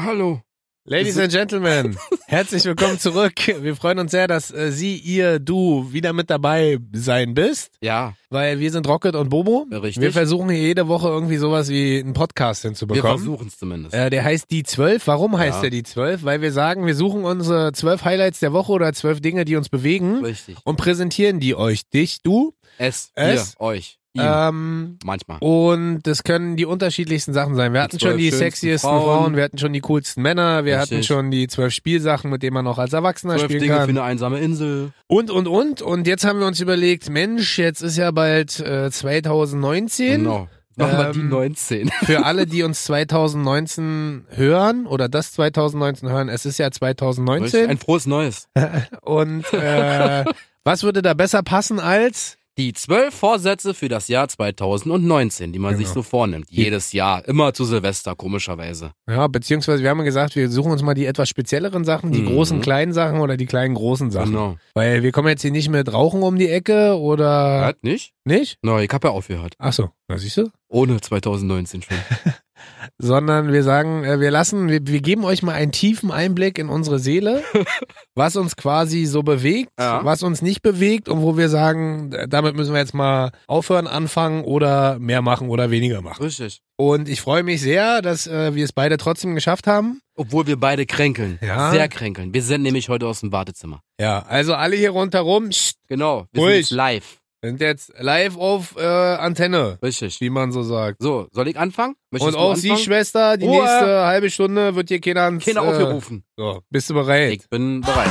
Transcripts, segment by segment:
Hallo. Ladies and Gentlemen, herzlich willkommen zurück. Wir freuen uns sehr, dass du wieder mit dabei sein bist. Ja. Weil wir sind Rocket und Bobo. Richtig. Wir versuchen hier jede Woche irgendwie sowas wie einen Podcast hinzubekommen. Wir versuchen es zumindest. Der heißt die 12. Warum heißt der die 12? Weil wir sagen, wir suchen unsere 12 Highlights der Woche oder 12 Dinge, die uns bewegen. Richtig. Und präsentieren die euch. Dich, du. Ihr, euch. Manchmal. Und das können die unterschiedlichsten Sachen sein. Wir hatten schon die sexiesten Frauen, wir hatten schon die coolsten Männer, wir hatten schon die 12 Spielsachen, mit denen man auch als Erwachsener 12 spielen Dinge kann. für eine einsame Insel. Und. Und jetzt haben wir uns überlegt, Mensch, jetzt ist ja bald 2019. Genau. Machen wir die 19. Für alle, die uns 2019 hören oder das 2019 hören, es ist ja 2019. Ein frohes Neues. Und was würde da besser passen als... Die 12 Vorsätze für das Jahr 2019, die man sich so vornimmt. Jedes Jahr. Immer zu Silvester, komischerweise. Ja, beziehungsweise wir haben ja gesagt, wir suchen uns mal die etwas spezielleren Sachen, die großen, kleinen Sachen oder die kleinen, großen Sachen. Genau. Weil wir kommen jetzt hier nicht mit Rauchen um die Ecke oder... Hat nicht? Nicht? No, ich hab ja aufgehört. Ach so, na siehst du? Ohne 2019 schon. Sondern wir sagen, wir geben euch mal einen tiefen Einblick in unsere Seele, was uns quasi so bewegt, was uns nicht bewegt und wo wir sagen, damit müssen wir jetzt mal aufhören, anfangen oder mehr machen oder weniger machen. Richtig. Und ich freue mich sehr, dass wir es beide trotzdem geschafft haben. Obwohl wir beide kränkeln. Ja. Sehr kränkeln. Wir sind nämlich heute aus dem Badezimmer. Ja, also alle hier rundherum, genau, wir ruhig. sind live. Wir sind jetzt live auf Antenne. Richtig. Wie man so sagt. So, soll ich anfangen? Und auch Sie, Schwester, die nächste halbe Stunde wird hier keiner aufgerufen. So, bist du bereit? Ich bin bereit.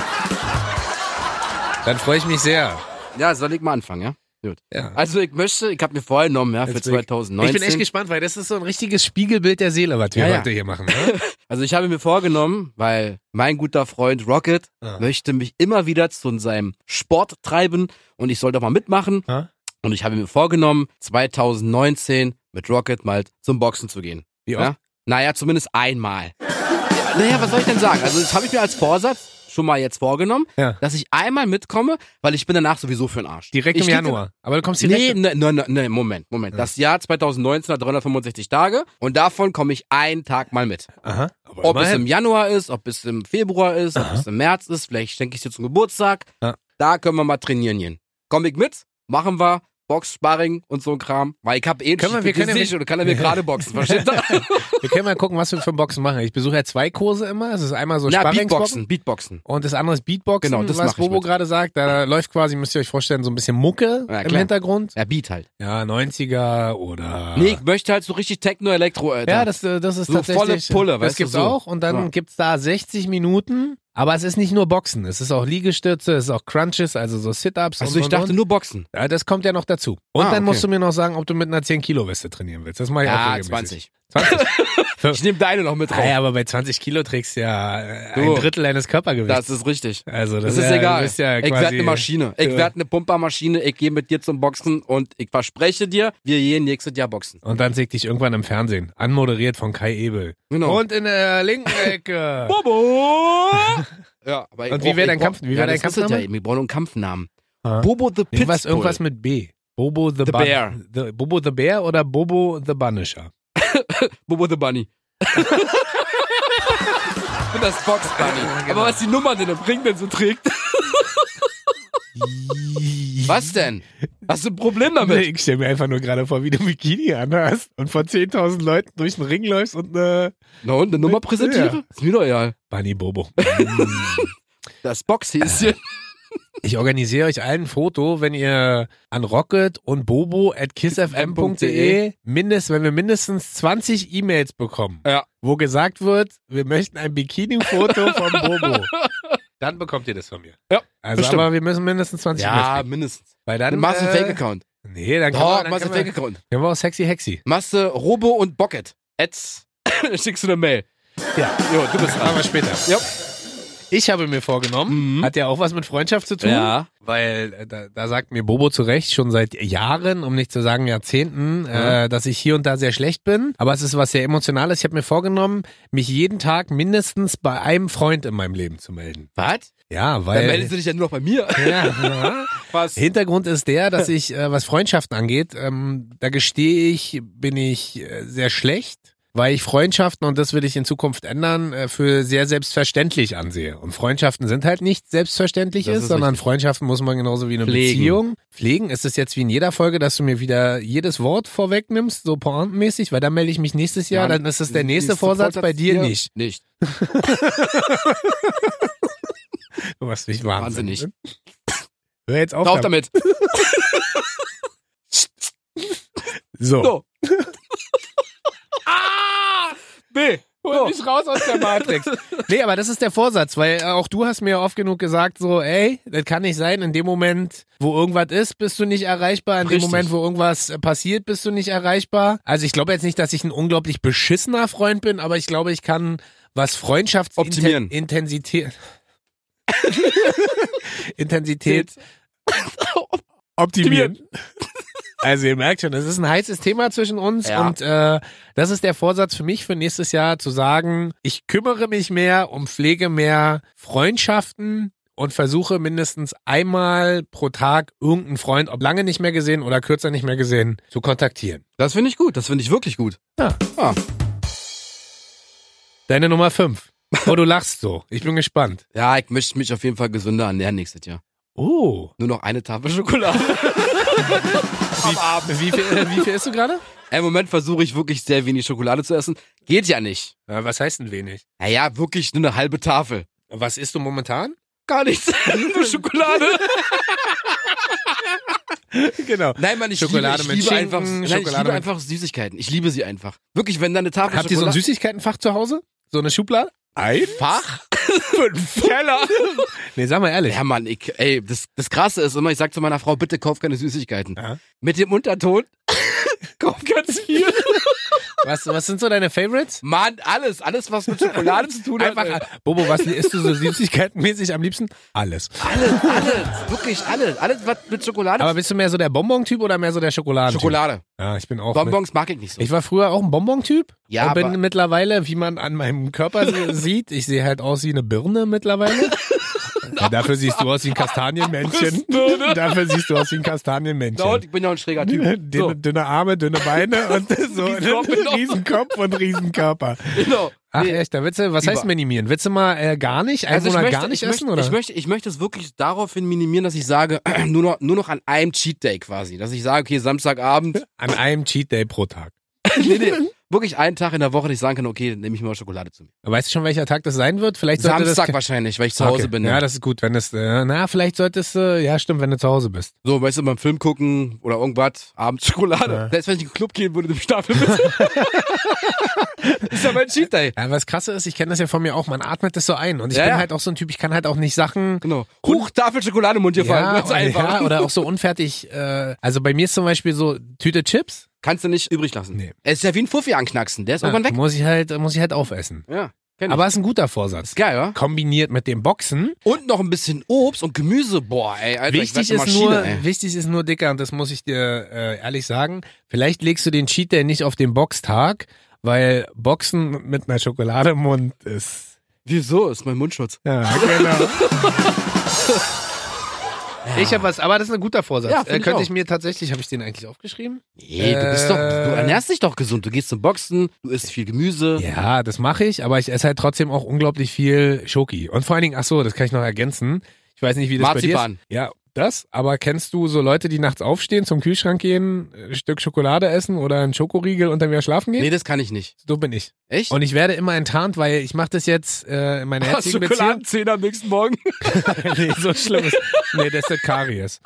Dann freue ich mich sehr. Ja, soll ich mal anfangen, ja? Gut. Ja. Also ich habe mir vorgenommen, ja, für 2019. Ich bin echt gespannt, weil das ist so ein richtiges Spiegelbild der Seele, was wir heute hier machen. Ne? Also ich habe mir vorgenommen, weil mein guter Freund Rocket möchte mich immer wieder zu seinem Sport treiben und ich soll doch mal mitmachen. Und ich habe mir vorgenommen, 2019 mit Rocket mal zum Boxen zu gehen. Wie oft? Ja? Naja, zumindest einmal. Naja, was soll ich denn sagen? Also das habe ich mir als Vorsatz schon mal jetzt vorgenommen, dass ich einmal mitkomme, weil ich bin danach sowieso für den Arsch. Direkt im Januar. Aber du kommst direkt... Nee, Moment. Ja. Das Jahr 2019 hat 365 Tage und davon komme ich einen Tag mal mit. Aha. Ob es im Januar ist, ob es im Februar ist, ob es im März ist, vielleicht schenke ich es dir zum Geburtstag. Da können wir mal trainieren gehen. Komm ich mit, machen wir. Box, Sparring und so ein Kram. Weil ich hab wir können er mir gerade boxen, versteht ihr? Wir können mal gucken, was wir für Boxen machen. Ich besuche ja 2 Kurse immer. Es ist einmal so Sparringsboxen. Beatboxen. Und das andere ist Beatboxen, genau, das was Bobo gerade sagt. Da läuft quasi, müsst ihr euch vorstellen, so ein bisschen Mucke im Hintergrund. Ja, Beat halt. Ja, 90er oder... Nee, ich möchte halt so richtig Techno-Elektro, Alter. Ja, das ist so tatsächlich... volle Pulle, das gibt's auch. Und dann gibt's da 60 Minuten... Aber es ist nicht nur Boxen, es ist auch Liegestütze, es ist auch Crunches, also so Sit-Ups. Also ich dachte nur Boxen. Ja, das kommt ja noch dazu. Und dann musst du mir noch sagen, ob du mit einer 10-Kilo-Weste trainieren willst. Das mache ich auch regelmäßig. 20. Ich nehme deine noch mit drauf. Ja, aber bei 20 Kilo trägst du ja ein Drittel deines Körpergewichts. Das ist richtig. Also das ist egal. Ja ich werde eine Maschine. Ich werde eine Pumpermaschine. Ich gehe mit dir zum Boxen und ich verspreche dir, wir gehen nächstes Jahr boxen. Und dann sehe ich dich irgendwann im Fernsehen. Anmoderiert von Kai Ebel. Genau. Und in der linken Ecke. Bobo! Ja, aber und wie wäre dein Kampf? Wie wäre dein Kampfname? Ja, wir brauchen einen Kampfnamen. Bobo the Pitbull. Irgendwas mit B. Bobo the Bear. Bobo the Bear oder Bobo the Punisher? Bobo the Bunny. Ich bin das Box Bunny. Genau. Aber was die Nummer denn im Ring denn so trägt? Was denn? Hast du ein Problem damit? Nee, ich stelle mir einfach nur gerade vor, wie du ein Bikini anhast und vor 10.000 Leuten durch den Ring läufst und eine Nummer präsentiere? Ist mir doch egal. Bunny Bobo. Das Boxhäschen. Ich organisiere euch allen ein Foto, wenn ihr an rocket und bobo@kissfm.de wenn wir mindestens 20 E-Mails bekommen, wo gesagt wird, wir möchten ein Bikini-Foto von Bobo. Dann bekommt ihr das von mir. Ja, also bestimmt. Aber wir müssen mindestens 20 E-Mails kriegen. Mindestens. Weil dann machst du einen Fake-Account. Nee, dann machst du einen Fake-Account. Können wir auch sexy Hexy. Machst du Robo und Bocket. Schickst du eine Mail. Ja. Jo, du bist dran. Aber später. Ja. Ich habe mir vorgenommen, hat ja auch was mit Freundschaft zu tun, weil da sagt mir Bobo zu Recht schon seit Jahren, um nicht zu sagen Jahrzehnten, dass ich hier und da sehr schlecht bin, aber es ist was sehr Emotionales. Ich habe mir vorgenommen, mich jeden Tag mindestens bei einem Freund in meinem Leben zu melden. Was? Ja, weil... Dann meldest du dich ja nur noch bei mir. Ja. Was? Hintergrund ist der, dass ich, was Freundschaften angeht, da gestehe ich, bin ich sehr schlecht. weil ich Freundschaften, und das will ich in Zukunft ändern, für sehr selbstverständlich ansehe. Und Freundschaften sind halt nicht Selbstverständliches, sondern richtig. Freundschaften muss man genauso wie eine Beziehung pflegen. Ist es jetzt wie in jeder Folge, dass du mir wieder jedes Wort vorwegnimmst, so pointenmäßig, weil dann melde ich mich nächstes Jahr, dann ist es der nächste Vorsatz, bei dir nicht. Nicht. Du machst mich wahnsinnig. Hör jetzt auf damit. So. B. Hol mich raus aus der Matrix. Nee, aber das ist der Vorsatz, weil auch du hast mir oft genug gesagt, so, ey, das kann nicht sein, in dem Moment, wo irgendwas ist, bist du nicht erreichbar, in dem Moment, wo irgendwas passiert, bist du nicht erreichbar. Also ich glaube jetzt nicht, dass ich ein unglaublich beschissener Freund bin, aber ich glaube, ich kann, was Freundschaftsintensität optimieren. Also ihr merkt schon, es ist ein heißes Thema zwischen uns und das ist der Vorsatz für mich für nächstes Jahr, zu sagen, ich kümmere mich mehr und pflege mehr Freundschaften und versuche mindestens einmal pro Tag irgendeinen Freund, ob lange nicht mehr gesehen oder kürzer nicht mehr gesehen, zu kontaktieren. Das finde ich gut, das finde ich wirklich gut. Ja. Deine Nummer 5. Oh, du lachst so. Ich bin gespannt. Ja, ich möchte mich auf jeden Fall gesünder ernähren nächstes Jahr. Oh. Nur noch eine Tafel Schokolade. Am Abend. Wie viel isst du gerade? Im Moment versuche ich wirklich sehr wenig Schokolade zu essen. Geht ja nicht. Ja, was heißt denn wenig? Naja, wirklich nur eine halbe Tafel. Was isst du momentan? Gar nichts. Nur Schokolade. Genau. Nein, Mann, ich liebe einfach Süßigkeiten. Ich liebe sie einfach. Wirklich, wenn da eine Tafel Habt ihr so ein Süßigkeitenfach zu Hause? So eine Schublade? Ein Fach? 5 Teller? Nee, sag mal ehrlich. Ja, Mann, das Krasse ist immer, ich sag zu meiner Frau, bitte kauf keine Süßigkeiten. Ja. Mit dem Unterton, kauf ganz viel. Was sind so deine Favorites? Mann, alles, was mit Schokolade zu tun hat. Einfach, Bobo, was isst du so süßigkeitenmäßig am liebsten? Alles. Wirklich alles, was mit Schokolade. Aber bist du mehr so der Bonbon-Typ oder mehr so der Schokoladentyp? Schokolade. Ja, ich bin auch. Bonbons mag ich nicht so. Ich war früher auch ein Bonbon-Typ. Ja, und bin mittlerweile, wie man an meinem Körper sieht, ich sehe halt aus wie eine Birne mittlerweile. Ja, dafür siehst du aus wie ein Kastanienmännchen. Dafür siehst du aus wie ein Kastanienmännchen. No, ich bin ja ein schräger Typ. Dünne Arme, dünne Beine und so einen Riesenkopf und Riesenkörper. Genau. Ach echt, da willst du, was heißt minimieren? Willst du mal gar nicht? Gar nicht essen, oder? Ich möchte es wirklich daraufhin minimieren, dass ich sage, nur noch an einem Cheat Day quasi. Dass ich sage, okay, Samstagabend. An einem Cheat Day pro Tag. Nee. Wirklich einen Tag in der Woche, dass ich sagen kann, okay, nehme ich mal Schokolade zu mir. Weißt du schon, welcher Tag das sein wird? Vielleicht Samstag wahrscheinlich, weil ich zu Hause bin. Ja, das ist gut, wenn es, vielleicht solltest du, ja stimmt, wenn du zu Hause bist. So, weißt du, beim Film gucken oder irgendwas, abends Schokolade. Ja. Selbst wenn ich in den Club gehen würde, im Stapel mit. Ist ja mein Cheat Day. Ja, was krasse ist, ich kenne das ja von mir auch, man atmet das so ein. Und ich bin halt auch so ein Typ, ich kann halt auch nicht Sachen. Genau. Tafel Schokolade im Mund hier fallen. Ganz einfach. Ja, oder auch so unfertig. Also bei mir ist zum Beispiel so Tüte Chips. Kannst du nicht übrig lassen. Nee. Es ist ja wie ein Fuffi anknacksen. Der ist irgendwann weg. Muss ich halt aufessen. Ja. Aber ist ein guter Vorsatz. Ist geil, oder? Kombiniert mit dem Boxen. Und noch ein bisschen Obst und Gemüse. Boah, ey, Alter, wichtig ist nur, Dicker, und das muss ich dir ehrlich sagen, vielleicht legst du den Cheat Day nicht auf den Boxtag, weil Boxen mit einer Schokolade im Mund ist... Wieso? Ist mein Mundschutz. Ja, genau. Ja. Ich habe was, aber das ist ein guter Vorsatz. Ja, könnte ich mir tatsächlich, habe ich den eigentlich aufgeschrieben? Nee, du ernährst dich doch gesund. Du gehst zum Boxen, du isst viel Gemüse. Ja, das mache ich, aber ich esse halt trotzdem auch unglaublich viel Schoki. Und vor allen Dingen, das kann ich noch ergänzen. Ich weiß nicht, wie das Marzipan. bei dir ist. Ja, das, aber kennst du so Leute, die nachts aufstehen, zum Kühlschrank gehen, ein Stück Schokolade essen oder einen Schokoriegel und dann wieder schlafen gehen? Nee, das kann ich nicht. So bin ich. Echt? Und ich werde immer enttarnt, weil ich mache das jetzt in meiner jetzigen Beziehung. Schokoladenzähne am nächsten Morgen? Nee, so schlimm ist. Nee, das ist Karies.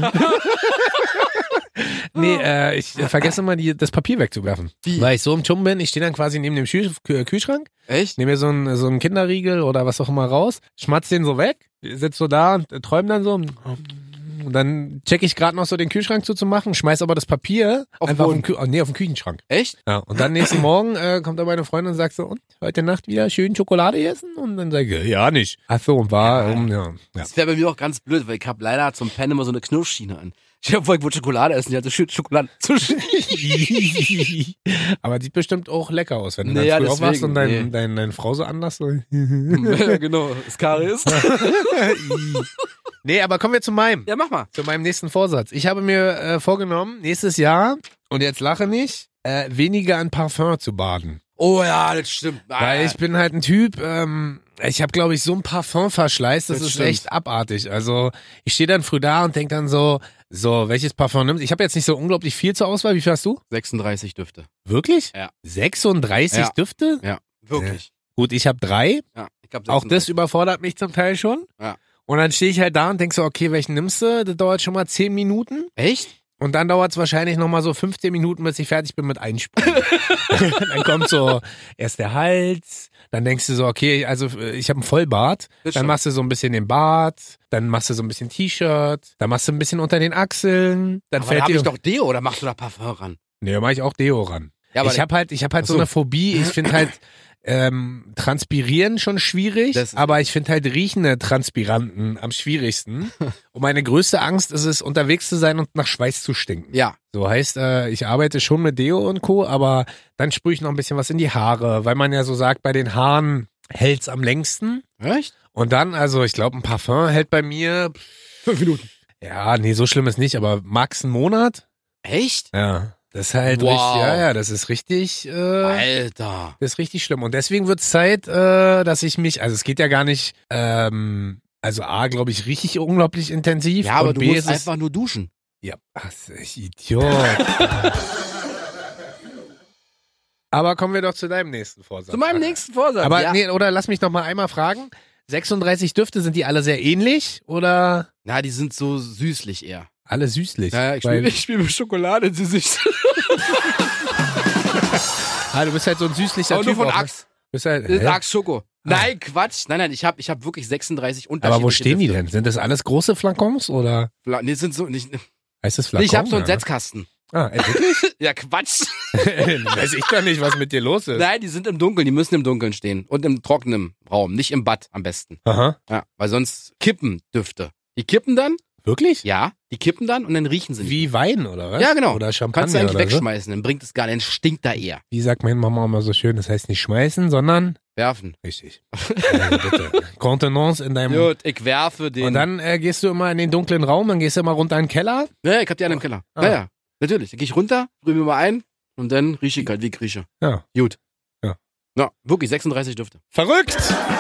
Nee, ich vergesse immer, das Papier wegzuwerfen. Wie? Weil ich so im Chum bin, ich stehe dann quasi neben dem Kühlschrank. Echt? Nehme mir so einen Kinderriegel oder was auch immer raus, schmatz den so weg, sitz so da und träum dann so. Und dann check ich gerade noch so den Kühlschrank zuzumachen, schmeiß aber das Papier einfach auf den Küchenschrank. Echt? Ja, und dann nächsten Morgen kommt da meine Freundin und sagt so, und heute Nacht wieder schön Schokolade essen? Und dann sage ich, ja nicht. Ach so, und war, ja. Das wäre bei mir auch ganz blöd, weil ich habe leider zum Pennen immer so eine Knirschschiene an. Ich wollte Schokolade essen, die hatte schön Schokolade. Aber sieht bestimmt auch lecker aus, wenn du dann früh aufwachst und deine Frau so anders so. Ja, genau, das Karies. Nee, aber kommen wir zu meinem. Ja, mach mal. Zu meinem nächsten Vorsatz. Ich habe mir vorgenommen, nächstes Jahr, und jetzt lache nicht, weniger an Parfum zu baden. Oh ja, das stimmt. Weil ich bin halt ein Typ, ich habe, glaube ich, so ein Parfumverschleiß, das ist stimmt. echt abartig. Also ich stehe dann früh da und denk dann so, welches Parfum nimmst du? Ich habe jetzt nicht so unglaublich viel zur Auswahl. Wie viel hast du? 36 Düfte. Wirklich? Ja. 36 Düfte? Ja, wirklich. Ja. Gut, ich habe 3. Ja, ich hab auch das überfordert mich zum Teil schon. Ja. Und dann stehe ich halt da und denk so, okay, welchen nimmst du? Das dauert schon mal 10 Minuten. Echt? Und dann dauert es wahrscheinlich nochmal so 15 Minuten, bis ich fertig bin mit Einspielen. Dann kommt so erst der Hals, dann denkst du so, okay, also ich habe einen Vollbart, dann machst du so ein bisschen den Bart, dann machst du so ein bisschen T-Shirt, dann machst du ein bisschen unter den Achseln, dann aber fällt da hab dir... ich doch Deo oder machst du da Parfum ran? Nee, da mach ich auch Deo ran. Ja, aber ich habe halt so eine Phobie, ich finde halt transpirieren schon schwierig, aber ich finde halt riechende Transpiranten am schwierigsten. Und meine größte Angst ist es, unterwegs zu sein und nach Schweiß zu stinken. Ja. So heißt, ich arbeite schon mit Deo und Co., aber dann sprühe ich noch ein bisschen was in die Haare, weil man ja so sagt, bei den Haaren hält's am längsten. Echt? Und dann, also ich glaube, ein Parfum hält bei mir 5 Minuten. Ja, nee, so schlimm ist nicht, aber max einen Monat. Echt? Ja. Das ist halt richtig, das ist richtig, Alter. Das ist richtig schlimm. Und deswegen wird's Zeit, dass ich mich, also es geht ja gar nicht, also A, glaube ich, richtig unglaublich intensiv. Ja, aber und du B, musst einfach nur duschen. Ja, ich Idiot. Aber kommen wir doch zu deinem nächsten Vorsatz. Zu meinem nächsten Vorsatz, aber ja. nee, oder lass mich noch mal einmal fragen. 36 Düfte, sind die alle sehr ähnlich, oder? Na, die sind so süßlich eher. Alle süßlich. Ja, ich spiel mit Schokolade süßlich. Du bist halt so ein süßlicher aber Typ. Nur von auch, Axe. Bist halt, das ist Axe Schoko. Nein, Quatsch. Nein, ich hab wirklich 36 unterschiedliche. Aber wo stehen die denn? Sind das alles große Flakons, oder? Nee, sind so nicht. Heißt das Flakon? Ich hab so einen Setzkasten. Ah, wirklich? Ja, Quatsch. Weiß ich doch nicht, was mit dir los ist. Nein, die sind im Dunkeln, die müssen im Dunkeln stehen. Und im trockenen Raum, nicht im Bad am besten. Aha. Ja, weil sonst kippen Düfte. Die kippen dann. Wirklich? Ja, die kippen dann und dann riechen sie nicht. Wie Wein, oder was? Ja, genau. Oder Champagner. Kannst du eigentlich oder wegschmeißen, dann bringt es gar nicht, dann stinkt da eher. Wie sagt meine Mama immer so schön, das heißt nicht schmeißen, sondern... Werfen. Richtig. Also bitte. Contenance in deinem... Gut, ich werfe den... Und dann gehst du immer in den dunklen Raum, dann gehst du immer runter in den Keller? Ja, ich hab die alle im Keller. Ja, natürlich. Dann geh ich runter, rühre mir mal ein und dann rieche ich halt, wie ich rieche. Ja. Gut. Ja. Ja, wirklich, 36 Düfte. Verrückt!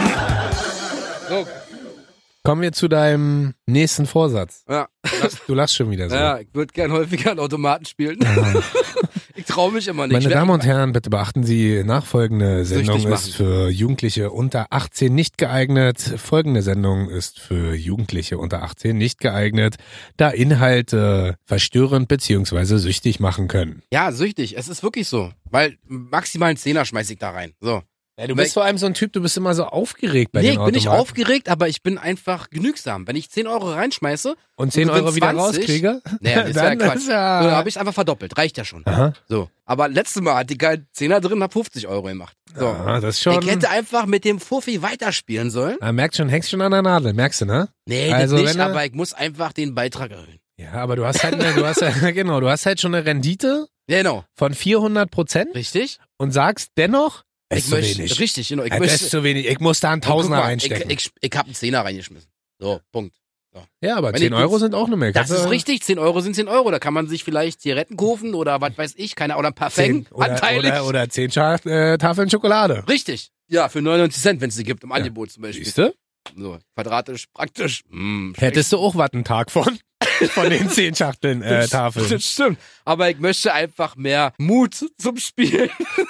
So. Kommen wir zu deinem nächsten Vorsatz. Ja. Du lachst schon wieder so. Ja, ich würde gern häufiger an Automaten spielen. Ich traue mich immer nicht. Meine Damen und Herren, bitte beachten Sie, nachfolgende Sendung Süchtig ist für Jugendliche unter 18 nicht geeignet. Folgende Sendung ist für Jugendliche unter 18 nicht geeignet, da Inhalte verstörend bzw. süchtig machen können. Ja, süchtig. Es ist wirklich so. Weil maximal einen Zehner schmeiß ich da rein. So. Ja, du bist vor allem so ein Typ, du bist immer so aufgeregt bei den Automaten. Nee, ich bin nicht aufgeregt, aber ich bin einfach genügsam. Wenn ich 10 Euro reinschmeiße und 10 Euro wieder rauskriege, naja, das wäre Quatsch. Dann habe ich einfach verdoppelt. Reicht ja schon. Aha. So. Aber letztes Mal hatte ich keinen 10er drin, hab 50 Euro gemacht. So. Ja, das ist schon... Ich hätte einfach mit dem Fuffi weiterspielen sollen. Merkst schon, hängst schon an der Nadel, merkst du, ne? Nee, also, das nicht, aber ich muss einfach den Beitrag erhöhen. Ja, aber du hast halt, du hast halt schon eine Rendite von 400%. Richtig. Und sagst dennoch, ich möchte, richtig, genau. Das ist zu wenig. Ich muss da einen Tausender reinstecken. Ich hab einen Zehner reingeschmissen. So, Punkt. So. Ja, aber 10 Euro sind auch eine Menge. Das ist richtig, 10 Euro sind 10 Euro. Da kann man sich vielleicht Zigaretten kaufen oder was weiß ich, oder ein Parfum anteilig. Oder 10 Tafeln Schokolade. Richtig. Ja, für 99 Cent, wenn es sie gibt, im Angebot zum Beispiel. Siehste? So, quadratisch, praktisch. Hättest du auch was einen Tag von den 10 Schachteln Tafeln. Das stimmt. Aber ich möchte einfach mehr Mut zum Spielen.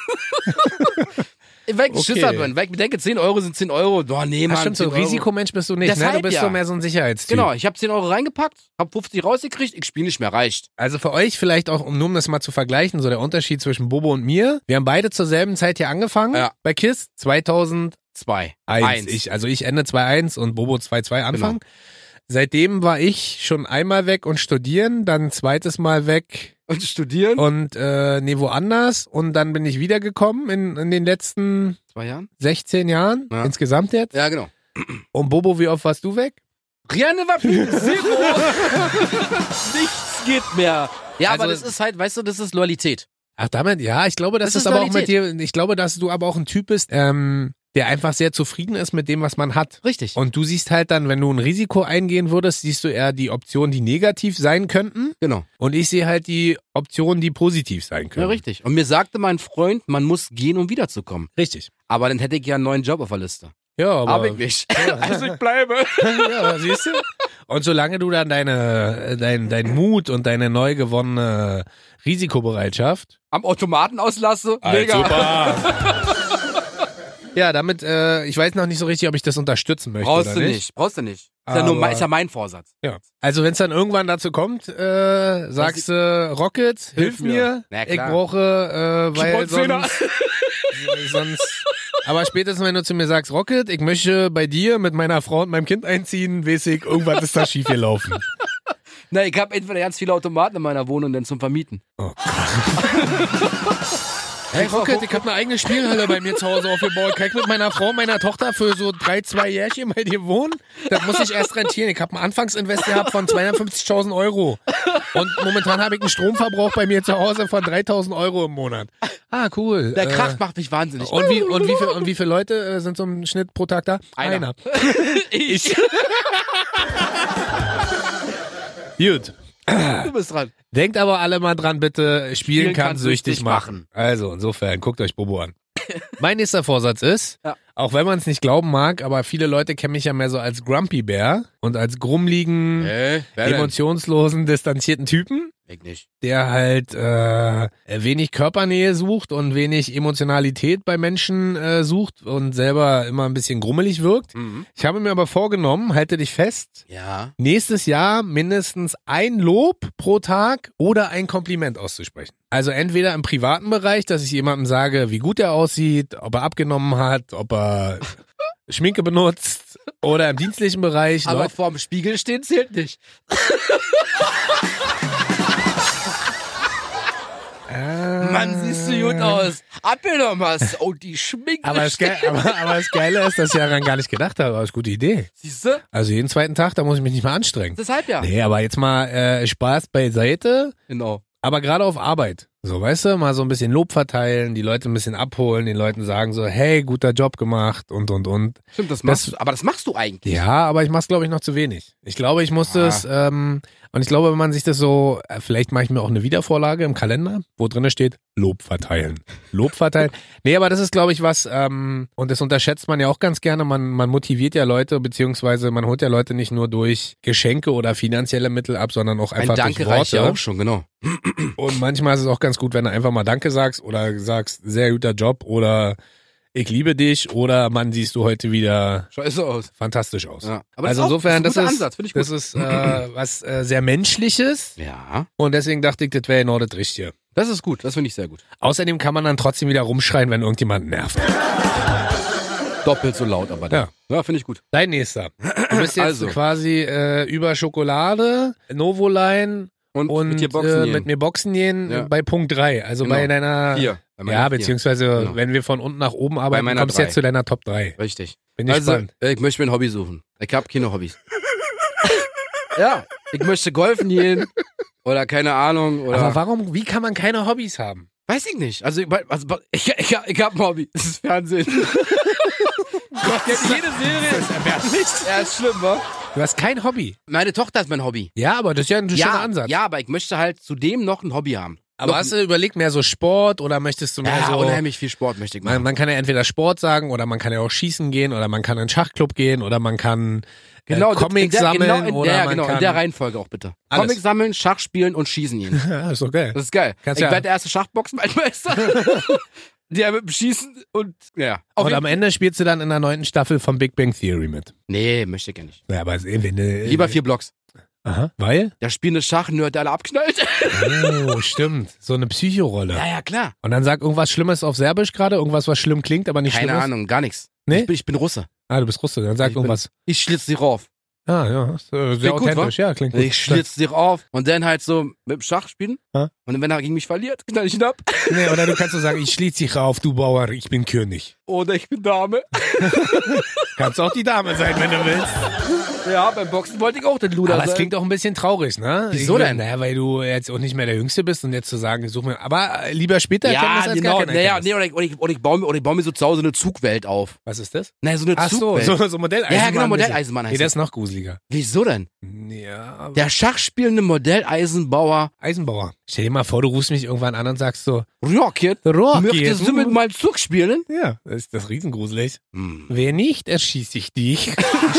Weil ich Schisser bin, weil ich denke, 10 Euro sind 10 Euro. Boah, nee, Mann. Stimmt, so ein Risikomensch bist du nicht, deshalb, ne? Du bist so mehr so ein Sicherheitstyp. Genau, ich habe 10 Euro reingepackt, hab 50 rausgekriegt, ich spiele nicht mehr, reicht. Also für euch vielleicht auch, um das mal zu vergleichen, so der Unterschied zwischen Bobo und mir. Wir haben beide zur selben Zeit hier angefangen bei KISS, 2002. Ich Ende 2001 und Bobo 2002 Anfang. Genau. Seitdem war ich schon einmal weg und studieren, dann ein zweites Mal weg und studieren und woanders und dann bin ich wiedergekommen in den letzten 2 Jahren? 16 Jahren insgesamt jetzt. Ja, genau. Und Bobo, wie oft warst du weg? Rianne war zero. Nichts geht mehr. Ja, also, aber das ist halt, weißt du, das ist Loyalität. Ach damit, ja, ich glaube, das ist aber Loyalität. Auch mit dir, ich glaube, dass du aber auch ein Typ bist, der einfach sehr zufrieden ist mit dem, was man hat. Richtig. Und du siehst halt dann, wenn du ein Risiko eingehen würdest, siehst du eher die Optionen, die negativ sein könnten. Genau. Und ich sehe halt die Optionen, die positiv sein können. Ja, richtig. Und mir sagte mein Freund, man muss gehen, um wiederzukommen. Richtig. Aber dann hätte ich ja einen neuen Job auf der Liste. Ja, aber... Hab ich nicht. Ja. Also ich bleibe. Ja, siehst du? Und solange du dann dein Mut und deine neu gewonnene Risikobereitschaft am Automaten auslasse, mega. Super. Ja, damit, ich weiß noch nicht so richtig, ob ich das unterstützen möchte. Brauchst oder du nicht. Ist ja mein Vorsatz. Ja. Also wenn es dann irgendwann dazu kommt, sagst du, Rocket, hilf mir. Ich brauche, weil sonst... Aber spätestens, wenn du zu mir sagst, Rocket, ich möchte bei dir mit meiner Frau und meinem Kind einziehen, weiß ich, irgendwas ist da schief gelaufen. Na, ich habe entweder ganz viele Automaten in meiner Wohnung denn zum Vermieten. Oh Gott. Hey Rocket, ich habe eine eigene Spielhalle bei mir zu Hause aufgebaut. Kann ich mit meiner Frau und meiner Tochter für so 2 Jährchen bei dir wohnen? Das muss ich erst rentieren. Ich habe einen Anfangsinvest gehabt von 250.000 Euro. Und momentan habe ich einen Stromverbrauch bei mir zu Hause von 3.000 Euro im Monat. Ah, cool. Der Krach macht mich wahnsinnig. Und wie viele Leute sind so im Schnitt pro Tag da? Einer. Ich. Gut. Du bist dran. Denkt aber alle mal dran, bitte, Spielen kann süchtig machen. Also insofern, guckt euch Bobo an. Mein nächster Vorsatz ist, auch wenn man es nicht glauben mag, aber viele Leute kennen mich ja mehr so als Grumpy Bear und als grummligen, emotionslosen, distanzierten Typen. Ich nicht. Der halt wenig Körpernähe sucht und wenig Emotionalität bei Menschen sucht und selber immer ein bisschen grummelig wirkt. Mhm. Ich habe mir aber vorgenommen, halte dich fest, nächstes Jahr mindestens ein Lob pro Tag oder ein Kompliment auszusprechen. Also entweder im privaten Bereich, dass ich jemandem sage, wie gut er aussieht, ob er abgenommen hat, ob er Schminke benutzt, oder im dienstlichen Bereich. Aber vorm Spiegel stehen zählt nicht. Mann, siehst du gut aus. Abgenommen hast. Oh, die Schminke. Aber das Geile ist, dass ich daran gar nicht gedacht habe. Aber das ist eine gute Idee. Siehst du? Also jeden zweiten Tag, da muss ich mich nicht mehr anstrengen. Deshalb ja. Nee, aber jetzt mal Spaß beiseite. Genau. Aber gerade auf Arbeit. So, weißt du, mal so ein bisschen Lob verteilen, die Leute ein bisschen abholen, den Leuten sagen so, hey, guter Job gemacht und. Stimmt, das machst du, aber das machst du eigentlich. Ja, aber ich mach's, glaube ich, noch zu wenig. Ich glaube, ich musste es, und ich glaube, wenn man sich das so, vielleicht mache ich mir auch eine Wiedervorlage im Kalender, wo drinne steht, Lob verteilen. Lob verteilen. Nee, aber das ist, glaube ich, was, und das unterschätzt man ja auch ganz gerne, man motiviert ja Leute, beziehungsweise man holt ja Leute nicht nur durch Geschenke oder finanzielle Mittel ab, sondern auch einfach durch Worte. Reicht ja auch schon, genau. Und manchmal ist es auch ganz gut, wenn du einfach mal Danke sagst oder sagst, sehr guter Job oder ich liebe dich oder Mann, siehst du heute wieder scheiße aus. Fantastisch aus. Ja. Aber also insofern, das ist was sehr Menschliches. Ja. Und deswegen dachte ich, das wäre genau das Richtige. Das ist gut, das finde ich sehr gut. Außerdem kann man dann trotzdem wieder rumschreien, wenn irgendjemand nervt. Doppelt so laut, aber ja, finde ich gut. Dein nächster. Du bist jetzt quasi über Schokolade, Novoline und mit mir Boxen gehen bei Punkt 3, also bei deiner 4. Ja, beziehungsweise wenn wir von unten nach oben arbeiten, kommst du jetzt zu deiner Top 3. Richtig. Bin ich gespannt. Ich möchte mir ein Hobby suchen. Ich habe keine Hobbys. Ja, ich möchte golfen gehen oder keine Ahnung. Oder aber wie kann man keine Hobbys haben? Weiß ich nicht. Also ich habe ein Hobby. Das ist Fernsehen. Gott, jede Serie. Das ist erbärmlich. Ja, ist schlimm, wa? Du hast kein Hobby. Meine Tochter ist mein Hobby. Ja, aber das ist ja ein schöner Ansatz. Ja, aber ich möchte halt zudem noch ein Hobby haben. Aber hast du überlegt, mehr so Sport oder möchtest du mehr so... Ja, unheimlich viel Sport möchte ich machen. Man kann ja entweder Sport sagen oder man kann ja auch schießen gehen oder man kann in einen Schachclub gehen oder man kann Comics sammeln oder man kann... in der Reihenfolge auch bitte. Alles. Comics sammeln, Schach spielen und schießen gehen. Ja, ist doch geil. Das ist geil. Ich werde der erste Schachboxenweltmeister. Der mit dem Schießen und ja. Und am Ende spielst du dann in der 9. Staffel von Big Bang Theory mit. Nee, möchte ich ja nicht. Ja, aber wenn du... Lieber 4 Blocks. Aha, weil? Der spielende Schach-Nerd, der alle abknallt. Oh, stimmt. So eine Psychorolle. Ja, klar. Und dann sag irgendwas Schlimmes auf Serbisch gerade, irgendwas, was schlimm klingt, aber nicht schlimm ist. Keine Ahnung, gar nichts. Nee? Ich bin Russe. Ah, du bist Russe, dann sag irgendwas. Ich schlitz dich rauf. Ah, ja, sehr klingt authentisch, gut, ja, klingt gut. Ich schlitz dich auf und dann halt so mit dem Schach spielen. Ha? Und wenn er gegen mich verliert, knall ich ihn ab. Nee, oder du kannst so sagen, ich schlitz dich auf, du Bauer, ich bin König. Oder ich bin Dame. Kannst auch die Dame sein, wenn du willst. Ja, beim Boxen wollte ich auch den Luder sein. Aber es klingt auch ein bisschen traurig, ne? Wieso denn? Naja, weil du jetzt auch nicht mehr der Jüngste bist und jetzt zu sagen, such mir. Aber lieber später ja, als genau. gar kein Erkenntnis. Oder ich baue mir so zu Hause eine Zugwelt auf. Was ist das? Naja, so eine Zugwelt. So Modelleisenbahn. Ja, genau, Modelleisenbahn heißt das. Nee, das ist noch gruseliger. Wieso denn? Ja, aber Der schachspielende Modelleisenbauer. Eisenbauer. Stell dir mal vor, du rufst mich irgendwann an und sagst so, Rocket, möchtest du mit meinem Zug spielen? Ja, das ist riesengruselig. Wer nicht, erschieße ich dich.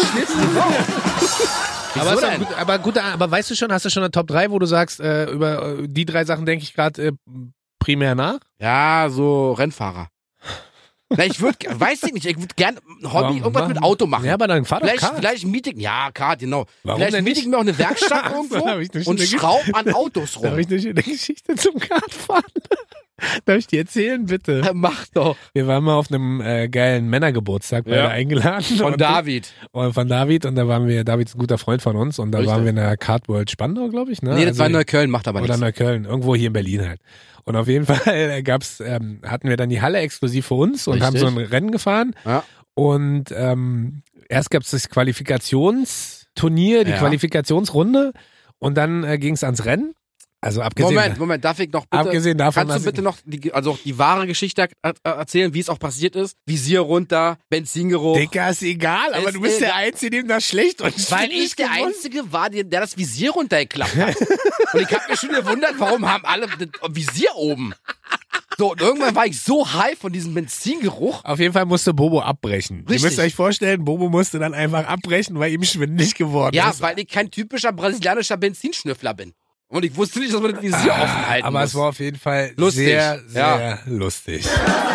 Aber weißt du schon, hast du schon eine Top 3, wo du sagst, über die 3 Sachen denke ich gerade primär nach? Ja, so Rennfahrer. Na, ich würde gerne ein Hobby, irgendwas mit Auto machen. Ja, aber dann fahr doch Kart. Vielleicht miete ich, ja, Kart, genau. Warum vielleicht denn miete ich mir auch eine Werkstatt irgendwo und schraub an Autos rum. Darf ich durch eine Geschichte zum Kartfahren? Darf ich dir erzählen, bitte? Mach doch. Wir waren mal auf einem geilen Männergeburtstag beide eingeladen. Von David. Von David und da waren wir, David ist ein guter Freund von uns und da waren wir in der Kartworld Spandau, glaube ich. Ne? Nee, das war Neukölln, macht aber nichts. Oder Neukölln, irgendwo hier in Berlin halt. Und auf jeden Fall hatten wir dann die Halle exklusiv für uns und haben so ein Rennen gefahren. Ja. Und erst gab es das Qualifikationsturnier, die Qualifikationsrunde und dann ging es ans Rennen. Also abgesehen. Moment, darf ich noch bitte? Abgesehen davon. Kannst du bitte noch die wahre Geschichte erzählen, wie es auch passiert ist? Visier runter, Benzingeruch. Dicker, ist egal, aber du bist der Einzige, dem das schlecht und weil ich der Einzige war, der das Visier runtergeklappt hat. Und ich habe mich schon gewundert, warum haben alle das Visier oben? So, und irgendwann war ich so high von diesem Benzingeruch. Auf jeden Fall musste Bobo abbrechen. Richtig. Ihr müsst euch vorstellen, Bobo musste dann einfach abbrechen, weil ihm schwindelig geworden ist. Ja, weil ich kein typischer brasilianischer Benzinschnüffler bin. Und ich wusste nicht, dass man das Visier offen halten muss. Aber es war auf jeden Fall lustig. sehr lustig.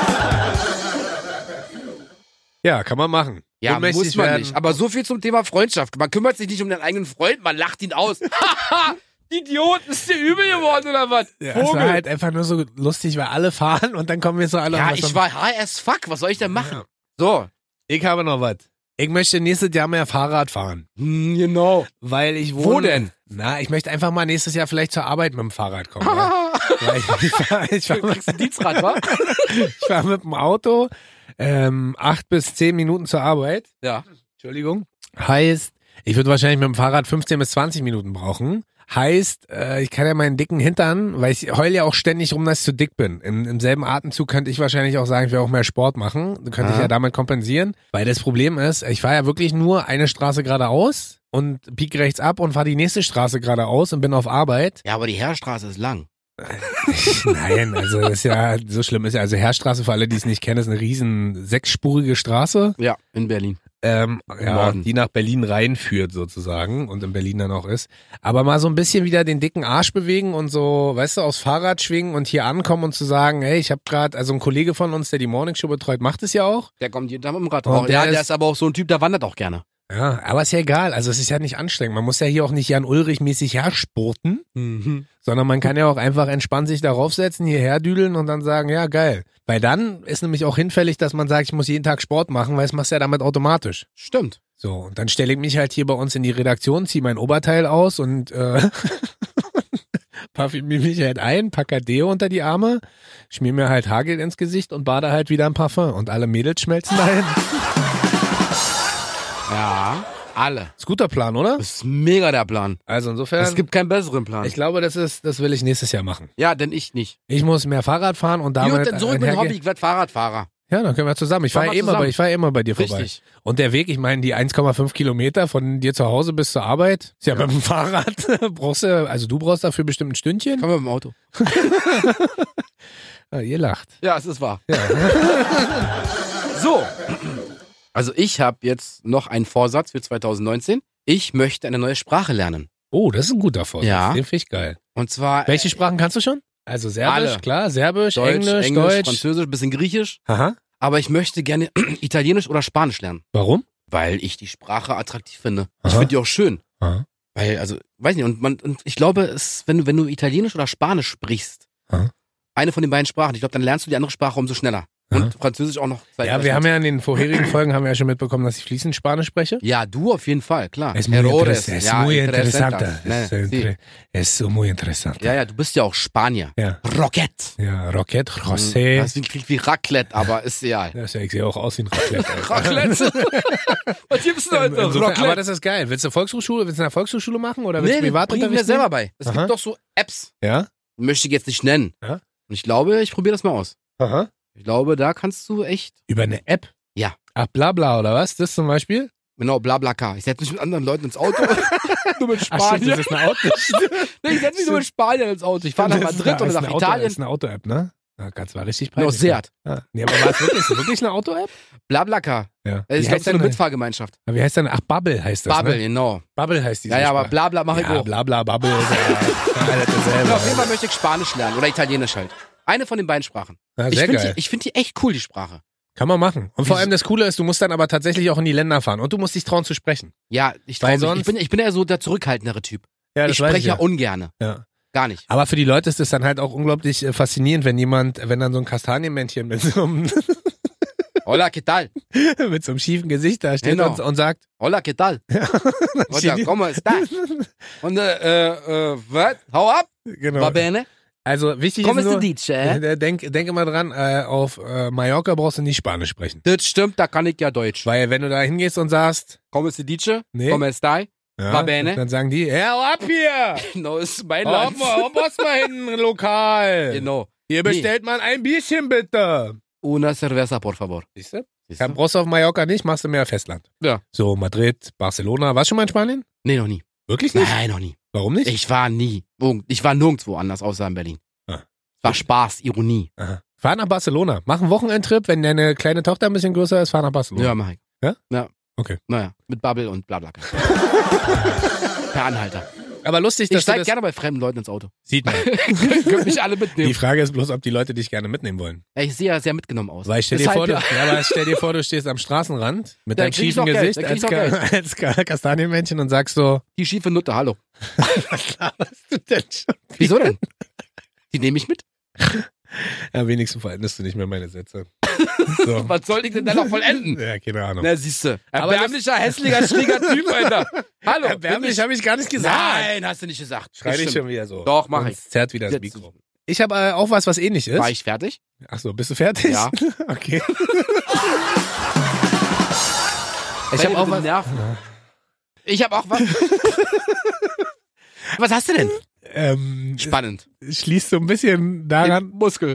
Ja, kann man machen. Ja, muss man nicht. Aber so viel zum Thema Freundschaft. Man kümmert sich nicht um den eigenen Freund, man lacht ihn aus. Idiot, ist dir übel geworden oder was? Ja, es war halt einfach nur so lustig, weil alle fahren und dann kommen wir so alle. Ja, ich war high as fuck. Was soll ich denn machen? Ja. So. Ich habe noch was. Ich möchte nächstes Jahr mehr Fahrrad fahren. Genau. Weil ich wohne. Wo denn? Na, ich möchte einfach mal nächstes Jahr vielleicht zur Arbeit mit dem Fahrrad kommen. Weil ich fahr mit dem Auto 8 bis 10 Minuten zur Arbeit. Ja. Entschuldigung. Heißt, ich würde wahrscheinlich mit dem Fahrrad 15 bis 20 Minuten brauchen. Heißt, ich kann ja meinen dicken Hintern, weil ich heule ja auch ständig rum, dass ich zu dick bin. Im selben Atemzug könnte ich wahrscheinlich auch sagen, ich will auch mehr Sport machen. Dann könnte ich ja damit kompensieren. Weil das Problem ist, ich fahre ja wirklich nur eine Straße geradeaus und biege rechts ab und fahre die nächste Straße geradeaus und bin auf Arbeit. Ja, aber die Heerstraße ist lang. Nein, also das ist ja, so schlimm ist ja. Also Heerstraße, für alle, die es nicht kennen, ist eine riesen 6-spurige Straße. Ja, in Berlin. Die nach Berlin reinführt sozusagen und in Berlin dann auch ist. Aber mal so ein bisschen wieder den dicken Arsch bewegen und so, weißt du, aufs Fahrrad schwingen und hier ankommen und zu sagen, hey, ich habe gerade, also ein Kollege von uns, der die Morningshow betreut, macht es ja auch. Der kommt jeden Tag mit dem Rad drauf. Ja, der ist aber auch so ein Typ, der wandert auch gerne. Ja, aber ist ja egal. Also es ist ja nicht anstrengend. Man muss ja hier auch nicht Jan Ulrich-mäßig herspurten, sondern man kann ja auch einfach entspannt sich darauf setzen, hierher düdeln und dann sagen, ja, geil. Weil dann ist nämlich auch hinfällig, dass man sagt, ich muss jeden Tag Sport machen, weil es machst du ja damit automatisch. Stimmt. So, und dann stelle ich mich halt hier bei uns in die Redaktion, ziehe mein Oberteil aus und parfümiere mich halt ein, packe Deo unter die Arme, schmier mir halt Haargel ins Gesicht und bade halt wieder im Parfum. Und alle Mädels schmelzen dahin. Ja, alle. Ist guter Plan, oder? Das ist mega der Plan. Also insofern. Es gibt keinen besseren Plan. Ich glaube, das will ich nächstes Jahr machen. Ja, denn ich nicht. Ich muss mehr Fahrrad fahren und damit. Gut, dann so mit dem Hobby, ich werde Fahrradfahrer. Ja, dann können wir zusammen. Ich fahre immer bei dir vorbei. Richtig. Und der Weg, ich meine, die 1,5 Kilometer von dir zu Hause bis zur Arbeit, ist ja mit dem Fahrrad. Du brauchst dafür bestimmt ein Stündchen. Komm mit dem Auto. Ja, ihr lacht. Ja, es ist wahr. Ja. So. Also ich habe jetzt noch einen Vorsatz für 2019. Ich möchte eine neue Sprache lernen. Oh, das ist ein guter Vorsatz. Ja. Den finde ich geil. Und zwar... Welche Sprachen kannst du schon? Also Serbisch, alle. Klar, Serbisch, Englisch, Deutsch. Französisch, bisschen Griechisch. Aha. Aber ich möchte gerne Italienisch oder Spanisch lernen. Warum? Weil ich die Sprache attraktiv finde. Aha. Ich finde die auch schön. Aha. Weil, also, weiß nicht, und ich glaube, wenn du Italienisch oder Spanisch sprichst, Aha. eine von den beiden Sprachen, ich glaube, dann lernst du die andere Sprache umso schneller. Und Französisch auch noch. Ja, wir haben ja in den vorherigen Folgen haben wir ja schon mitbekommen, dass ich fließend Spanisch spreche. Ja, du auf jeden Fall, klar. Es ist muy interesante. Es ist muy interessant. Ja, du bist ja auch Spanier. Ja. Roquette. Ja, Roquette, José. Das klingt wie Raclette, aber ist egal. Ja, ich sehe auch aus wie ein Raclette. Raclette? Was gibt's denn heute? Raclette. Aber das ist geil. Willst du eine Volkshochschule machen oder willst du privat unterrichten? Nee, wir selber bei. Es gibt doch so Apps. Ja? Möchte ich jetzt nicht nennen. Ja? Und ich glaube, ich probiere das mal aus. Aha. Ich glaube, da kannst du echt... Über eine App? Ja. Ach, Blabla oder was? Das zum Beispiel? Genau, Blablacar. Ich setze mich mit anderen Leuten ins Auto. Nur mit Spanien. Das ist eine Auto. Nee, ich setze mich nur mit Spanien ins Auto. Ich fahre nach Madrid oder nach Italien. Das ist eine Auto-App, ne? Ja, das war richtig peinlich. Genau, Seat. Ja. Nee, aber war es wirklich eine Auto-App? Blablacar. Ja. Ich glaube, es ist eine Mitfahrgemeinschaft. Wie heißt denn? Ach, Bubble heißt das, Bubble, ne? genau. Bubble heißt die. Ja, aber Blabla mache ich auch. Blabla, Bubble. Ja, auf jeden Fall möchte ich Spanisch lernen oder Italienisch halt. Eine von den beiden Sprachen. Ja, sehr geil. Ich finde die echt cool, die Sprache. Kann man machen. Und vor allem das Coole ist, du musst dann aber tatsächlich auch in die Länder fahren. Und du musst dich trauen zu sprechen. Ja, ich traue mich. Ich bin ja so der zurückhaltendere Typ. Ja, das ich spreche ja ungerne. Ja. Gar nicht. Aber für die Leute ist es dann halt auch unglaublich faszinierend, wenn dann so ein Kastanienmännchen mit so einem Hola, ¿qué tal? mit so einem schiefen Gesicht da steht und sagt Hola, ¿qué tal? Hola, ¿cómo estás? Und was? Hau ab? Genau. Va bene? Also wichtig ist nur, denk immer dran, auf Mallorca brauchst du nicht Spanisch sprechen. Das stimmt, da kann ich ja Deutsch. Weil wenn du da hingehst und sagst, ¿Cómo se dice? Nee. ¿Cómo estai? Ja, dann sagen die, hau ab hier! Genau, ist mein Land. Hopp mal hin, lokal. Genau. Hier bestellt man ein Bierchen bitte. Una cerveza, por favor. Siehst du? Dann brauchst du auf Mallorca nicht, machst du mehr Festland. Ja. So, Madrid, Barcelona. Warst du schon mal in Spanien? Nee, noch nie. Wirklich nicht? Nein, noch nie. Warum nicht? Ich war nirgendwo anders außer in Berlin. Ah. War Spaß, Ironie. Aha. Fahr nach Barcelona. Mach einen Wochenendtrip, wenn deine kleine Tochter ein bisschen größer ist, fahr nach Barcelona. Ja, mach ich. Ja? Ja. Okay. Naja, mit Bubble und Blablacar. Per Anhalter. Aber lustig, dass ich steig gerne bei fremden Leuten ins Auto. Sieht man. Können mich alle mitnehmen. Die Frage ist bloß, ob die Leute dich gerne mitnehmen wollen. Ja, ich sehe ja sehr mitgenommen aus. Weil stell dir vor, du stehst am Straßenrand mit deinem schiefen Gesicht als Kastanienmännchen und sagst so, die schiefe Nutte, hallo. Was laberst du denn schon? Wieso denn? Die nehme ich mit. Ja, wenigstens verendest du nicht mehr meine Sätze. So. Was soll ich denn da noch vollenden? Ja, keine Ahnung. Na, siehste. Erbärmlicher, hässlicher, schräger Typ, Alter. Hallo. Erbärmlich habe ich gar nicht gesagt. Nein, hast du nicht gesagt. Schrei dich schon wieder so. Doch, mach ich. Zerrt wieder das Mikro. Ich habe auch was ähnlich ist. War ich fertig? Ach so, bist du fertig? Ja. Okay. Ich habe auch was. Ich habe auch was. Was hast du denn? Spannend. Schließt so ein bisschen daran. Den Muskel.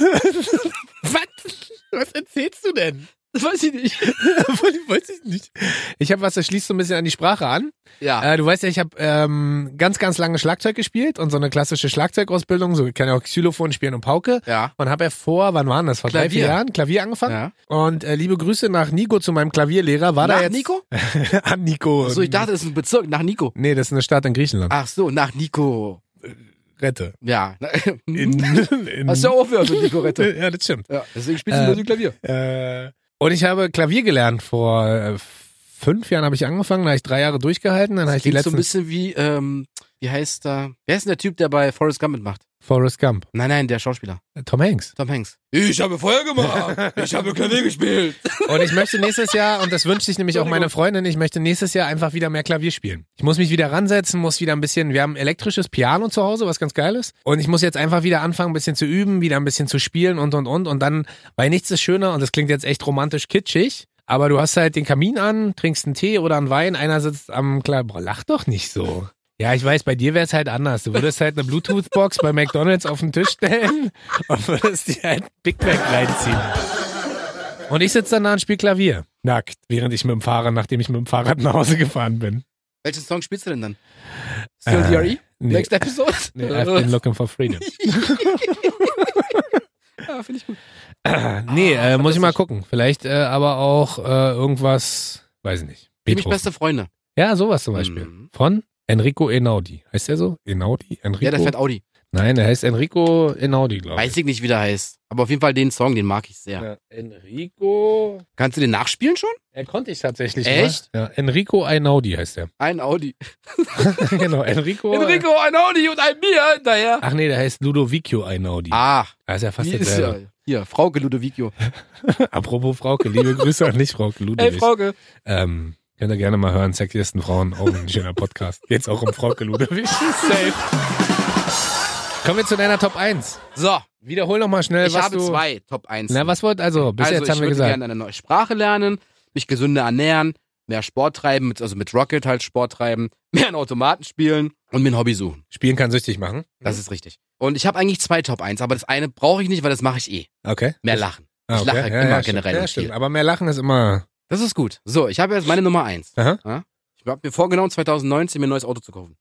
Was erzählst du denn? Das weiß ich nicht. Weiß ich nicht. Ich habe was, das schließt so ein bisschen an die Sprache an. Ja. Du weißt ja, ich habe ganz, ganz lange Schlagzeug gespielt und so eine klassische Schlagzeugausbildung, so ich kann ja auch Xylophon spielen und Pauke. Ja. Und habe ja wann waren das? Vor 3-4 Jahren Klavier angefangen. Ja. Und liebe Grüße nach Nico zu meinem Klavierlehrer. Nach Nico? An Nico. Achso, ich dachte, das ist ein Bezirk. Nach Nico. Nee, das ist eine Stadt in Griechenland. Ach so, nach Nico. Rette. Ja. Hast du aufgehört mit Nico Rette? Ja, das stimmt. Ja, deswegen spielst du nur Klavier. Und ich habe Klavier gelernt. Vor 5 Jahren habe ich angefangen, da habe ich 3 Jahre durchgehalten. Dann habe ich die letzten... so ein bisschen wie heißt der? Wer ist denn der Typ, der bei Forrest Gump mitmacht? Forrest Gump. Nein, der Schauspieler. Tom Hanks. Ich habe Feuer gemacht. Ich habe Klavier gespielt. Und ich möchte nächstes Jahr, und das wünscht sich nämlich auch meine Freundin, ich möchte nächstes Jahr einfach wieder mehr Klavier spielen. Ich muss mich wieder ransetzen, muss wieder ein bisschen, wir haben elektrisches Piano zu Hause, was ganz geil ist. Und ich muss jetzt einfach wieder anfangen, ein bisschen zu üben, wieder ein bisschen zu spielen und. Und dann, weil nichts ist schöner, und das klingt jetzt echt romantisch kitschig, aber du hast halt den Kamin an, trinkst einen Tee oder einen Wein, einer sitzt am Klavier. Boah, lach doch nicht so. Ja, ich weiß, bei dir wäre es halt anders. Du würdest halt eine Bluetooth-Box bei McDonald's auf den Tisch stellen und würdest dir halt Big Mac reinziehen. Und ich sitze dann da und spiele Klavier. Nackt, während ich nachdem ich mit dem Fahrrad nach Hause gefahren bin. Welchen Song spielst du denn dann? Still DRE? Nee. Next Episode? Nee, I've been looking for freedom. Ja, finde ich gut. Muss ich mal gucken. Vielleicht aber auch irgendwas, weiß ich nicht. Nämlich beste Freunde. Ja, sowas zum Beispiel. Von Enrico Einaudi. Heißt der so? Einaudi? Enrico? Ja, der fährt Audi. Nein, der heißt Enrico Einaudi, glaube ich. Weiß ich nicht, wie der heißt. Aber auf jeden Fall den Song, den mag ich sehr. Ja, Enrico... Kannst du den nachspielen schon? Konnte ich tatsächlich. Echt? Mal. Ja, Enrico Einaudi heißt der. Ein Audi. Genau, Enrico... ein Audi und ein Bier hinterher. Ach nee, der heißt Ludovico Einaudi. Ah. Das ist ja fast dasselbe. Hier, Frauke Ludovicchio. Apropos Frauke, liebe Grüße an dich, Frauke Ludovicchio. Hey, Frauke. Könnt ihr gerne mal hören, sexiesten Frauen, auch ein schöner Podcast. Geht's auch um Frauke Ludovicchio. Safe. Kommen wir zu deiner Top 1. So. Wiederhol noch mal schnell, ich habe 2 Top 1. Na, was wollt, bis jetzt haben wir gesagt. Ich würde gerne eine neue Sprache lernen, mich gesünder ernähren, mehr Sport treiben, also mit Rocket halt Sport treiben, mehr an Automaten spielen und mir ein Hobby suchen. Spielen kann süchtig machen. Das ist richtig. Und ich habe eigentlich 2 Top 1, aber das eine brauche ich nicht, weil das mache ich eh. Okay. Mehr Lachen. Okay. Ich lache halt immer generell. Ja, stimmt. Aber mehr Lachen ist immer... Das ist gut. So, ich habe jetzt meine Nummer 1. Aha. Ja? Ich habe mir vorgenommen, 2019 mir ein neues Auto zu kaufen.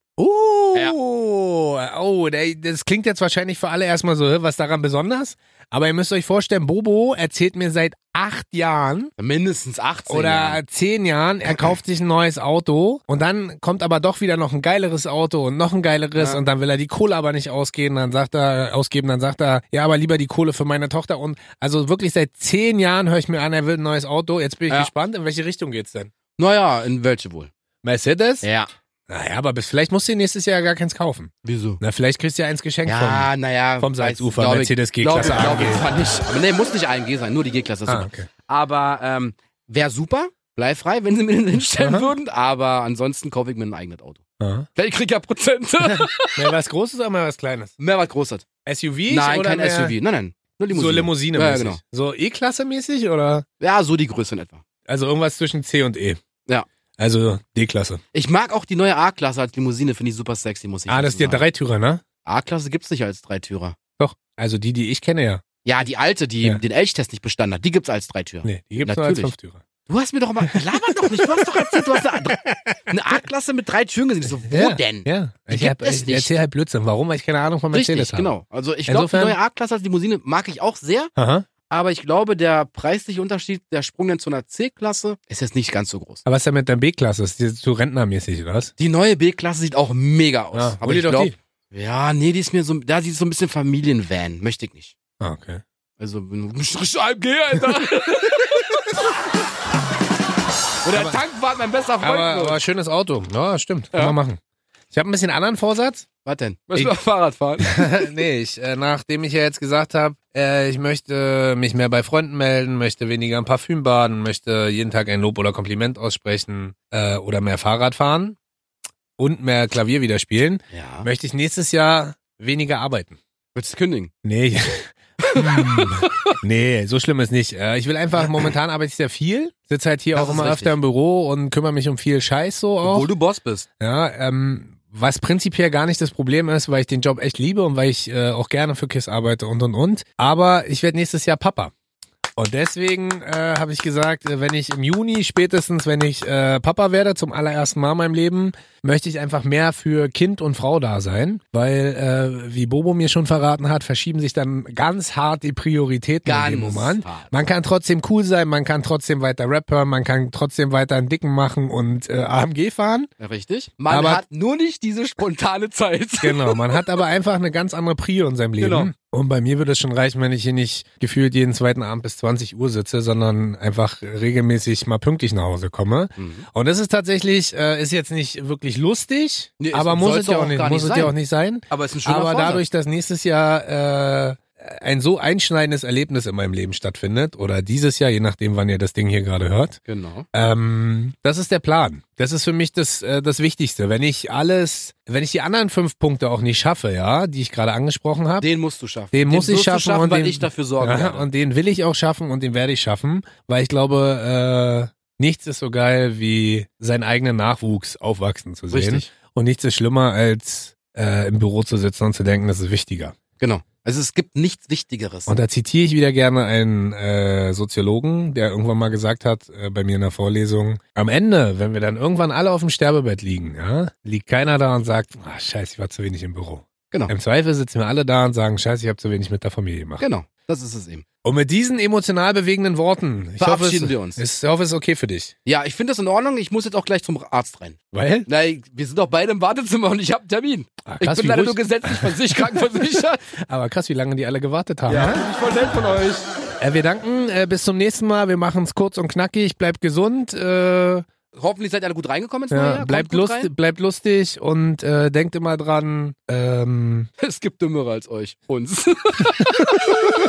Das klingt jetzt wahrscheinlich für alle erstmal so, was daran besonders? Aber ihr müsst euch vorstellen, Bobo erzählt mir seit 8 Jahren. Mindestens 18 oder Jahren. 10 Jahren, er kauft sich ein neues Auto und dann kommt aber doch wieder noch ein geileres Auto und noch ein geileres und dann will er die Kohle aber nicht ausgeben, dann sagt er, ja, aber lieber die Kohle für meine Tochter und also wirklich seit 10 Jahren höre ich mir an, er will ein neues Auto. Jetzt bin ich gespannt, in welche Richtung geht's denn? Naja, in welche wohl? Mercedes? Ja. Naja, aber vielleicht musst du dir nächstes Jahr gar keins kaufen. Wieso? Na, vielleicht kriegst du ja eins geschenkt vom Salzufer, Mercedes G-Klasse AMG. Nicht. Aber nee, muss nicht AMG sein, nur die G-Klasse. Okay. Aber wäre super, bleifrei, wenn sie mir den hinstellen würden, aber ansonsten kaufe ich mir ein eigenes Auto. Aha. Vielleicht krieg ich ja Prozente. Mehr was Großes oder mehr was Kleines? Mehr was Großes. SUV? Nein, oder kein SUV. Nein. Nur Limousine. So Limousine-mäßig? Ja, genau. So E-Klasse-mäßig oder? Ja, so die Größe in etwa. Also irgendwas zwischen C und E? Ja. Also D-Klasse. Ich mag auch die neue A-Klasse als Limousine, finde ich super sexy, muss ich sagen. Das ist der Dreitürer, ne? A-Klasse gibt's nicht als Dreitürer. Doch, also die ich kenne ja. Ja, die alte, die den Elchtest nicht bestanden hat, die gibt's als Dreitürer. Nee, die gibt's nur als Fünftürer. Du hast mir doch mal, laber doch nicht, du hast doch erzählt, du hast eine A-Klasse mit 3 Türen gesehen. Ich so, wo denn? Ja, ich erzähl halt Blödsinn. Warum? Weil ich keine Ahnung von Mercedes habe. Genau. Also ich glaube, die neue A-Klasse als Limousine mag ich auch sehr. Aha. Aber ich glaube, der preisliche Unterschied, der Sprung dann zu einer C-Klasse, ist jetzt nicht ganz so groß. Aber was ist denn mit der B-Klasse? Ist die so rentnermäßig, oder was? Die neue B-Klasse sieht auch mega aus. Ja, aber ich glaube, ja, nee, die ist mir so, die ist so ein bisschen Familienvan. Möchte ich nicht. Ah, okay. Also, Strich AMG, Alter. Oder der Tankwart, mein bester Freund. Aber schönes Auto. Ja, stimmt. Kann man machen. Ich habe ein bisschen anderen Vorsatz. Was denn? Willst du Fahrrad fahren? Nee, nachdem ich ja jetzt gesagt habe, ich möchte mich mehr bei Freunden melden, möchte weniger im Parfüm baden, möchte jeden Tag ein Lob oder Kompliment aussprechen oder mehr Fahrrad fahren und mehr Klavier wieder spielen, möchte ich nächstes Jahr weniger arbeiten. Willst du kündigen? Nee. Nee, so schlimm ist nicht. Ich will einfach, momentan arbeite ich sehr viel, sitze halt hier auch immer öfter im Büro und kümmere mich um viel Scheiß so auch. Obwohl du Boss bist. Ja, was prinzipiell gar nicht das Problem ist, weil ich den Job echt liebe und weil ich auch gerne für KISS arbeite und. Aber ich werde nächstes Jahr Papa. Und deswegen habe ich gesagt, wenn ich im Juni spätestens, wenn ich Papa werde, zum allerersten Mal in meinem Leben, möchte ich einfach mehr für Kind und Frau da sein. Weil, wie Bobo mir schon verraten hat, verschieben sich dann ganz hart die Prioritäten in dem Moment. Man kann trotzdem cool sein, man kann trotzdem weiter Rap hören, man kann trotzdem weiter einen Dicken machen und AMG fahren. Ja, richtig. Man hat nur nicht diese spontane Zeit. Genau, man hat aber einfach eine ganz andere Prio in seinem Leben. Genau. Und bei mir würde es schon reichen, wenn ich hier nicht gefühlt jeden zweiten Abend bis 20 Uhr sitze, sondern einfach regelmäßig mal pünktlich nach Hause komme. Mhm. Und das ist tatsächlich, ist jetzt nicht wirklich lustig, aber muss es ja auch nicht sein. Aber es ist ein schöner Aber Vorsatz. dadurch, dass nächstes Jahr ein so einschneidendes Erlebnis in meinem Leben stattfindet, oder dieses Jahr, je nachdem, wann ihr das Ding hier gerade hört. Genau. Das ist der Plan. Das ist für mich das Wichtigste. Wenn ich die anderen 5 Punkte auch nicht schaffe, ja, die ich gerade angesprochen habe. Den musst du schaffen. Den muss ich schaffen und weil ich dafür sorgen werde. Und den will ich auch schaffen und den werde ich schaffen, weil ich glaube, nichts ist so geil, wie seinen eigenen Nachwuchs aufwachsen zu sehen. Richtig. Und nichts ist schlimmer, als im Büro zu sitzen und zu denken, das ist wichtiger. Genau. Also es gibt nichts Wichtigeres. Und da zitiere ich wieder gerne einen Soziologen, der irgendwann mal gesagt hat, bei mir in der Vorlesung, am Ende, wenn wir dann irgendwann alle auf dem Sterbebett liegen, ja, liegt keiner da und sagt, scheiße, ich war zu wenig im Büro. Genau. Im Zweifel sitzen wir alle da und sagen, scheiße, ich habe zu wenig mit der Familie gemacht. Genau, das ist es eben. Und mit diesen emotional bewegenden Worten verabschieden wir uns. Ich hoffe, es ist okay für dich. Ja, ich finde das in Ordnung. Ich muss jetzt auch gleich zum Arzt rein. Weil? Nein, wir sind doch beide im Wartezimmer und ich habe einen Termin. Krass, ich bin leider nur gesetzlich krankenversichert. Aber krass, wie lange die alle gewartet haben. Ja, ich voll nett von euch. Wir danken, bis zum nächsten Mal. Wir machen es kurz und knackig. Bleibt gesund. Hoffentlich seid ihr alle gut reingekommen ins neue Jahr. Bleibt lustig und denkt immer dran. Es gibt Dümmere als euch. Uns.